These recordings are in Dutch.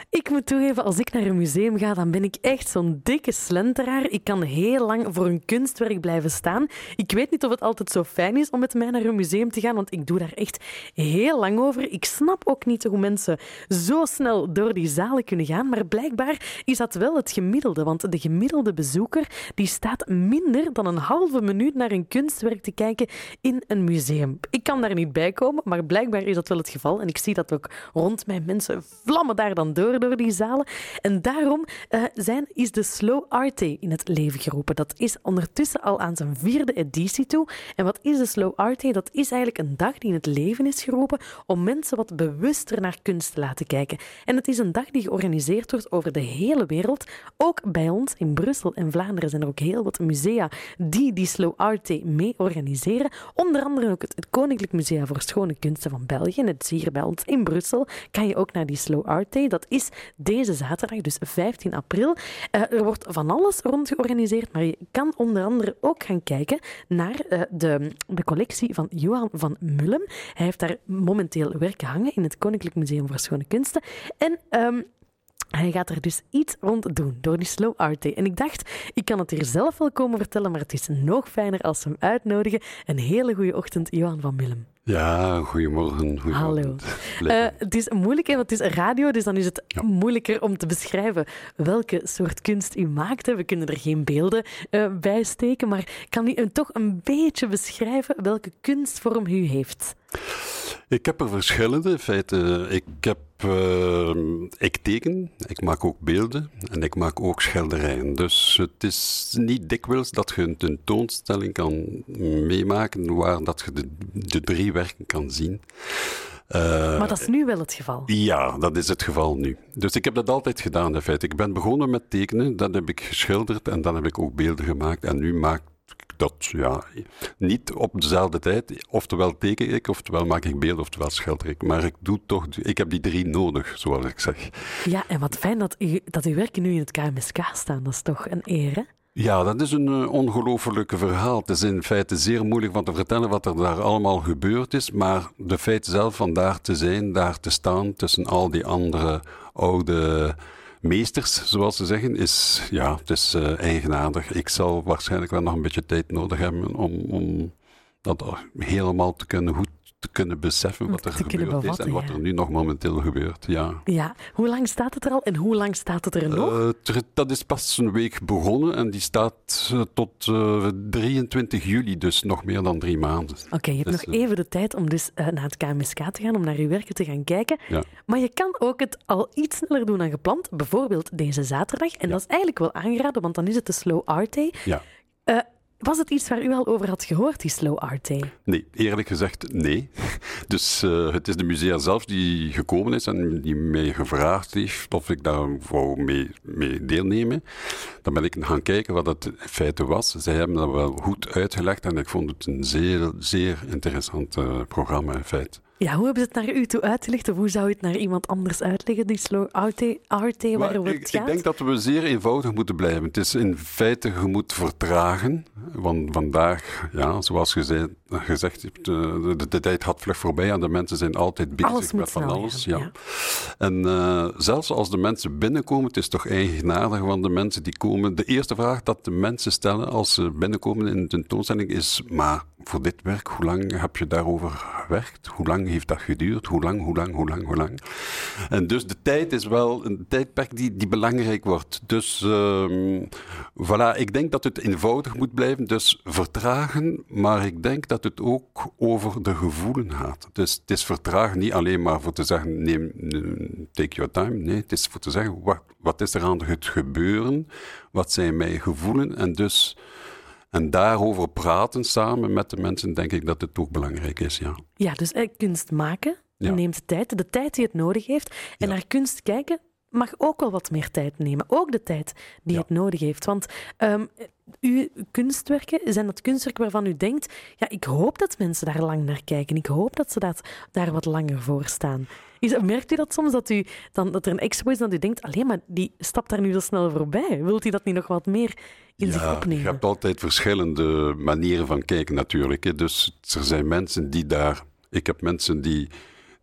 Ik moet toegeven, als ik naar een museum ga, dan ben ik echt zo'n dikke slenteraar. Ik kan heel lang voor een kunstwerk blijven staan. Ik weet niet of het altijd zo fijn is om met mij naar een museum te gaan, want ik doe daar echt heel lang over. Ik snap ook niet hoe mensen zo snel door die zalen kunnen gaan, maar blijkbaar is dat wel het gemiddelde, want de gemiddelde bezoeker die staat minder dan een halve minuut naar een kunstwerk te kijken in een museum. Ik kan daar niet bij komen, maar blijkbaar is dat wel het geval en ik zie dat ook rond mij. Mensen vlammen daar dan door die zalen. En daarom is de Slow Art Day in het leven geroepen. Dat is ondertussen al aan zijn 4e editie toe. En wat is de Slow Art Day? Dat is eigenlijk een dag die in het leven is geroepen om mensen wat bewuster naar kunst te laten kijken. En het is een dag die georganiseerd wordt over de hele wereld. Ook bij ons in Brussel en Vlaanderen zijn er ook heel wat musea die Slow Art Day mee organiseren. Onder andere ook het Koninklijk Museum voor Schone Kunsten van België. En het is hier bij ons in Brussel. Kan je ook naar die Slow Art Day. Dat is deze zaterdag, dus 15 april. Er wordt van alles rond georganiseerd, maar je kan onder andere ook gaan kijken naar de collectie van Johan van Mullem. Hij heeft daar momenteel werken hangen in het Koninklijk Museum voor Schone Kunsten. En hij gaat er dus iets rond doen door die Slow Art Day. En ik dacht, ik kan het hier zelf wel komen vertellen, maar het is nog fijner als we hem uitnodigen. Een hele goede ochtend, Johan van Mullem. Ja, goedemorgen. Hallo. Het is moeilijk, want het is radio, dus dan is het moeilijker om te beschrijven welke soort kunst u maakt. We kunnen er geen beelden bij steken, maar kan u toch een beetje beschrijven welke kunstvorm u heeft? Ik heb er verschillende. In feite, ik teken, ik maak ook beelden en ik maak ook schilderijen. Dus het is niet dikwijls dat je een tentoonstelling kan meemaken waar dat je de 3 werken kan zien. Maar dat is nu wel het geval? Ja, dat is het geval nu. Dus ik heb dat altijd gedaan in feite. Ik ben begonnen met tekenen, dan heb ik geschilderd en dan heb ik ook beelden gemaakt. En nu maak dat, niet op dezelfde tijd. Oftewel teken ik, oftewel maak ik beelden, oftewel schilder ik. Maar ik heb die 3 nodig, zoals ik zeg. Ja, en wat fijn dat uw werken nu in het KMSK staan. Dat is toch een eer, hè? Ja, dat is een ongelofelijke verhaal. Het is in feite zeer moeilijk van te vertellen wat er daar allemaal gebeurd is, maar de feit zelf van daar te zijn, daar te staan, tussen al die andere oude meesters, zoals ze zeggen, het is eigenaardig. Ik zal waarschijnlijk wel nog een beetje tijd nodig hebben om dat helemaal goed te kunnen beseffen wat er gebeurd is en wat er nu nog momenteel gebeurt. Ja. Hoe lang staat het er al en hoe lang staat het er nog? Dat is pas een week begonnen en die staat tot 23 juli, dus nog meer dan 3 maanden. Oké, je hebt nog even de tijd om dus naar het KMSK te gaan, om naar uw werken te gaan kijken. Ja. Maar je kan ook het al iets sneller doen dan gepland, bijvoorbeeld deze zaterdag. En dat is eigenlijk wel aangeraden, want dan is het de Slow Art Day. Ja. Was het iets waar u al over had gehoord, die Slow Art Day? Nee, eerlijk gezegd nee. Dus het is de musea zelf die gekomen is en die mij gevraagd heeft of ik daar wou mee deelnemen. Dan ben ik gaan kijken wat het in feite was. Zij hebben dat wel goed uitgelegd en ik vond het een zeer, zeer interessant programma in feite. Ja, hoe hebben ze het naar u toe uitgelegd? Of hoe zou je het naar iemand anders uitleggen, die Slow Art Day waarover het gaat? Ik denk dat we zeer eenvoudig moeten blijven. Het is in feite, je moet vertragen. Want vandaag, zoals gezegd hebt, de tijd gaat vlug voorbij en de mensen zijn altijd bezig met van alles. Ja. En zelfs als de mensen binnenkomen, het is toch eigenaardig, want de mensen die komen... De eerste vraag dat de mensen stellen als ze binnenkomen in een tentoonstelling is, maar voor dit werk, hoe lang heb je daarover gewerkt? Hoe lang heeft dat geduurd? Hoe lang? En dus de tijd is wel een tijdperk die belangrijk wordt. Dus voilà, ik denk dat het eenvoudig moet blijven, dus vertragen, maar ik denk dat het ook over de gevoelen gaat. Dus het is vertragen niet alleen maar voor te zeggen, take your time. Nee, het is voor te zeggen, wat is er aan het gebeuren? Wat zijn mijn gevoelen? En daarover praten samen met de mensen, denk ik dat het ook belangrijk is, ja. Ja, dus kunst maken neemt tijd, de tijd die het nodig heeft. En naar kunst kijken mag ook wel wat meer tijd nemen. Ook de tijd die het nodig heeft. Want uw kunstwerken, zijn dat kunstwerken waarvan u denkt, ik hoop dat mensen daar lang naar kijken. Ik hoop dat ze daar wat langer voor staan. Merkt u dat soms, dat er een expo is dat u denkt, alleen maar die stapt daar nu zo snel voorbij. Wilt u dat niet nog wat meer in zich opnemen? Je hebt altijd verschillende manieren van kijken natuurlijk. Hè. Dus er zijn mensen die daar... Ik heb mensen die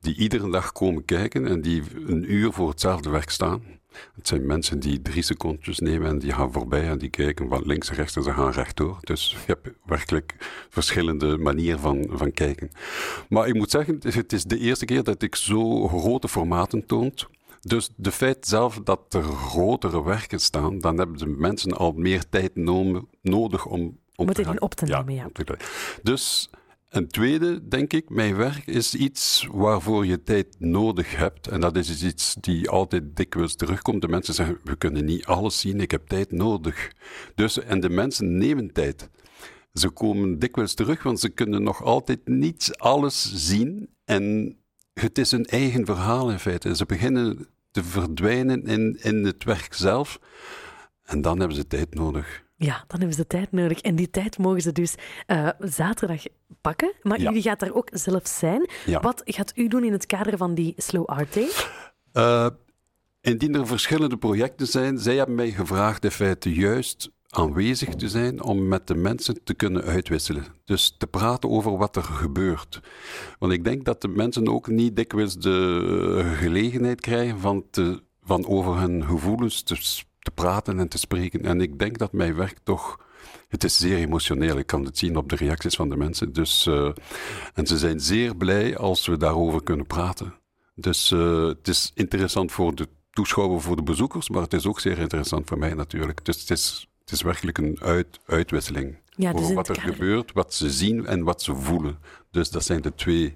die iedere dag komen kijken en die een uur voor hetzelfde werk staan. Het zijn mensen die 3 secondjes nemen en die gaan voorbij en die kijken van links en rechts en ze gaan rechtdoor. Dus je hebt werkelijk verschillende manieren van kijken. Maar ik moet zeggen, het is de eerste keer dat ik zo grote formaten toont. Dus de feit zelf dat er grotere werken staan, dan hebben de mensen al meer tijd nodig om het erin op te nemen, ja. Dus een tweede, denk ik, mijn werk is iets waarvoor je tijd nodig hebt. En dat is iets die altijd dikwijls terugkomt. De mensen zeggen, we kunnen niet alles zien, ik heb tijd nodig. En de mensen nemen tijd. Ze komen dikwijls terug, want ze kunnen nog altijd niet alles zien. En het is hun eigen verhaal in feite. Ze beginnen te verdwijnen in het werk zelf. En dan hebben ze tijd nodig. Ja, dan hebben ze tijd nodig. En die tijd mogen ze dus zaterdag pakken. Maar jullie gaat daar ook zelf zijn. Ja. Wat gaat u doen in het kader van die Slow Art Day? Indien er verschillende projecten zijn, zij hebben mij gevraagd in feite juist aanwezig te zijn om met de mensen te kunnen uitwisselen. Dus te praten over wat er gebeurt. Want ik denk dat de mensen ook niet dikwijls de gelegenheid krijgen van over hun gevoelens te praten en te spreken. En ik denk dat mijn werk toch... Het is zeer emotioneel, ik kan het zien op de reacties van de mensen. Dus, en ze zijn zeer blij als we daarover kunnen praten. Dus het is interessant voor de toeschouwer, voor de bezoekers, maar het is ook zeer interessant voor mij natuurlijk. Dus het is werkelijk een uitwisseling. Ja, dus over wat er gebeurt, wat ze zien en wat ze voelen. Dus dat zijn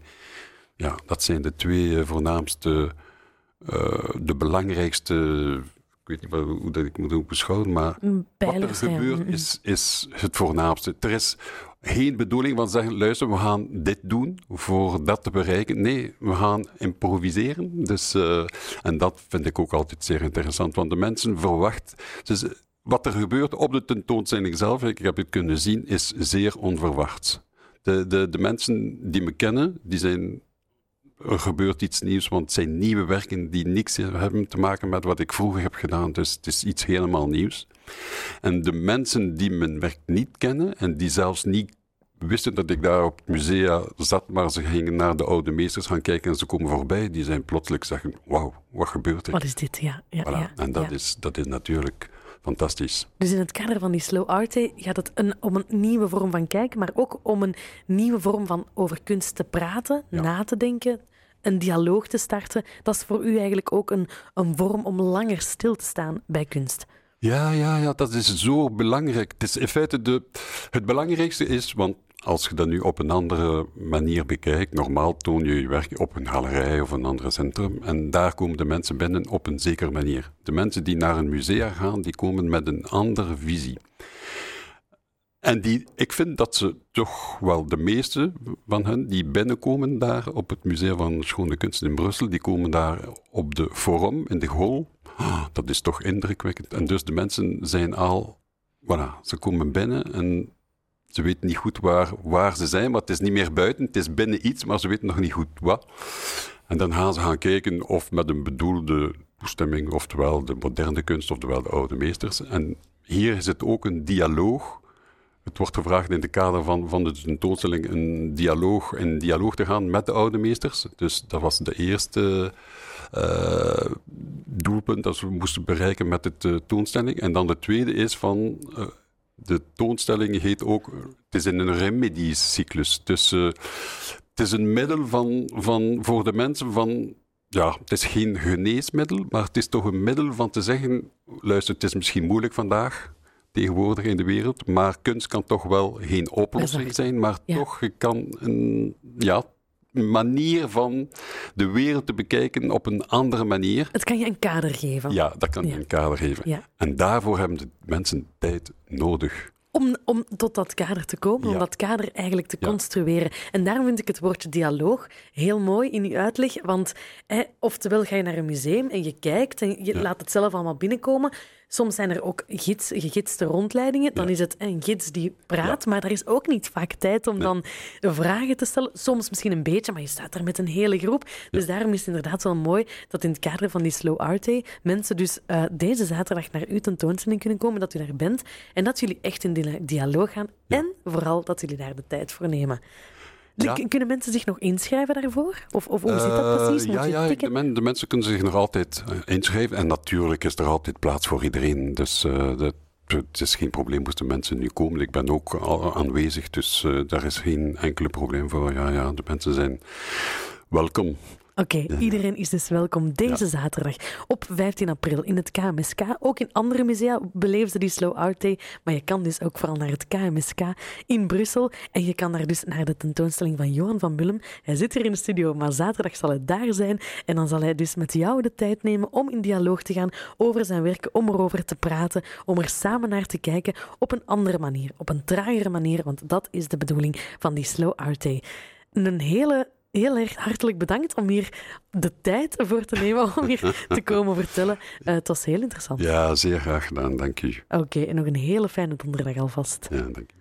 de twee voornaamste, de belangrijkste... Ik weet niet hoe dat ik moet beschouwen, maar wat er gebeurt is het voornaamste. Er is geen bedoeling van zeggen, luister, we gaan dit doen voor dat te bereiken. Nee, we gaan improviseren. Dus, en dat vind ik ook altijd zeer interessant, want de mensen verwachten... Dus, wat er gebeurt op de tentoonstelling zelf, ik heb het kunnen zien, is zeer onverwachts. De mensen die me kennen, die zijn... Er gebeurt iets nieuws, want het zijn nieuwe werken die niks hebben te maken met wat ik vroeger heb gedaan. Dus het is iets helemaal nieuws. En de mensen die mijn werk niet kennen en die zelfs niet wisten dat ik daar op het musea zat, maar ze gingen naar de oude meesters gaan kijken en ze komen voorbij, die zijn plotseling zeggen, wauw, wat gebeurt er? Wat is dit? Ja. Voilà. En dat is natuurlijk... fantastisch. Dus in het kader van die Slow Art Day gaat het om een nieuwe vorm van kijken, maar ook om een nieuwe vorm van over kunst te praten, na te denken, een dialoog te starten. Dat is voor u eigenlijk ook een vorm om langer stil te staan bij kunst. Ja, dat is zo belangrijk. Het is in feite het belangrijkste is, want als je dat nu op een andere manier bekijkt, normaal toon je je werk op een galerij of een ander centrum en daar komen de mensen binnen op een zekere manier. De mensen die naar een musea gaan, die komen met een andere visie. En ik vind dat ze toch wel de meeste van hen die binnenkomen daar op het Museum van Schone Kunst in Brussel, die komen daar op de Forum in de hall. Dat is toch indrukwekkend. En dus de mensen zijn ze komen binnen en ze weten niet goed waar ze zijn, maar het is niet meer buiten, het is binnen iets, maar ze weten nog niet goed wat. En dan gaan ze gaan kijken of met een bedoelde toestemming, oftewel de moderne kunst, oftewel de oude meesters. En hier is het ook een dialoog. Het wordt gevraagd in het kader van de tentoonstelling in dialoog te gaan met de oude meesters. Dus dat was de eerste doelpunt dat we moesten bereiken met de tentoonstelling. En dan de tweede is van... de tentoonstelling heet ook... Het is in een remediescyclus. Dus het is een middel voor de mensen van... Ja, het is geen geneesmiddel, maar het is toch een middel van te zeggen... Luister, het is misschien moeilijk vandaag... tegenwoordig in de wereld, maar kunst kan toch wel geen oplossing zijn, maar toch, je kan een manier van de wereld te bekijken op een andere manier. Het kan je een kader geven. Ja, dat kan je een kader geven. Ja. En daarvoor hebben de mensen tijd nodig. Om tot dat kader te komen, om dat kader eigenlijk te construeren. En daarom vind ik het woordje dialoog heel mooi in uw uitleg, want oftewel ga je naar een museum en je kijkt en je laat het zelf allemaal binnenkomen. Soms zijn er ook gegidste rondleidingen. Dan is het een gids die praat, maar er is ook niet vaak tijd om dan vragen te stellen. Soms misschien een beetje, maar je staat daar met een hele groep. Dus daarom is het inderdaad wel mooi dat in het kader van die Slow Art Day mensen dus deze zaterdag naar uw tentoonstelling kunnen komen, dat u daar bent en dat jullie echt in dialoog gaan en vooral dat jullie daar de tijd voor nemen. Kunnen mensen zich nog inschrijven daarvoor? Of hoe zit dat precies? De mensen kunnen zich nog altijd inschrijven. En natuurlijk is er altijd plaats voor iedereen. Dus het is geen probleem moesten mensen nu komen. Ik ben ook al aanwezig, dus daar is geen enkele probleem voor. De mensen zijn welkom. Oké, iedereen is dus welkom deze zaterdag op 15 april in het KMSK. Ook in andere musea beleven ze die Slow Art Day, maar je kan dus ook vooral naar het KMSK in Brussel. En je kan daar dus naar de tentoonstelling van Johan van Bullem. Hij zit hier in de studio, maar zaterdag zal hij daar zijn. En dan zal hij dus met jou de tijd nemen om in dialoog te gaan over zijn werk, om erover te praten, om er samen naar te kijken op een andere manier, op een tragere manier, want dat is de bedoeling van die Slow Art Day. Heel erg hartelijk bedankt om hier de tijd voor te nemen om hier te komen vertellen. Het was heel interessant. Ja, zeer graag gedaan. Dank u. Oké, en nog een hele fijne donderdag alvast. Ja, dank u.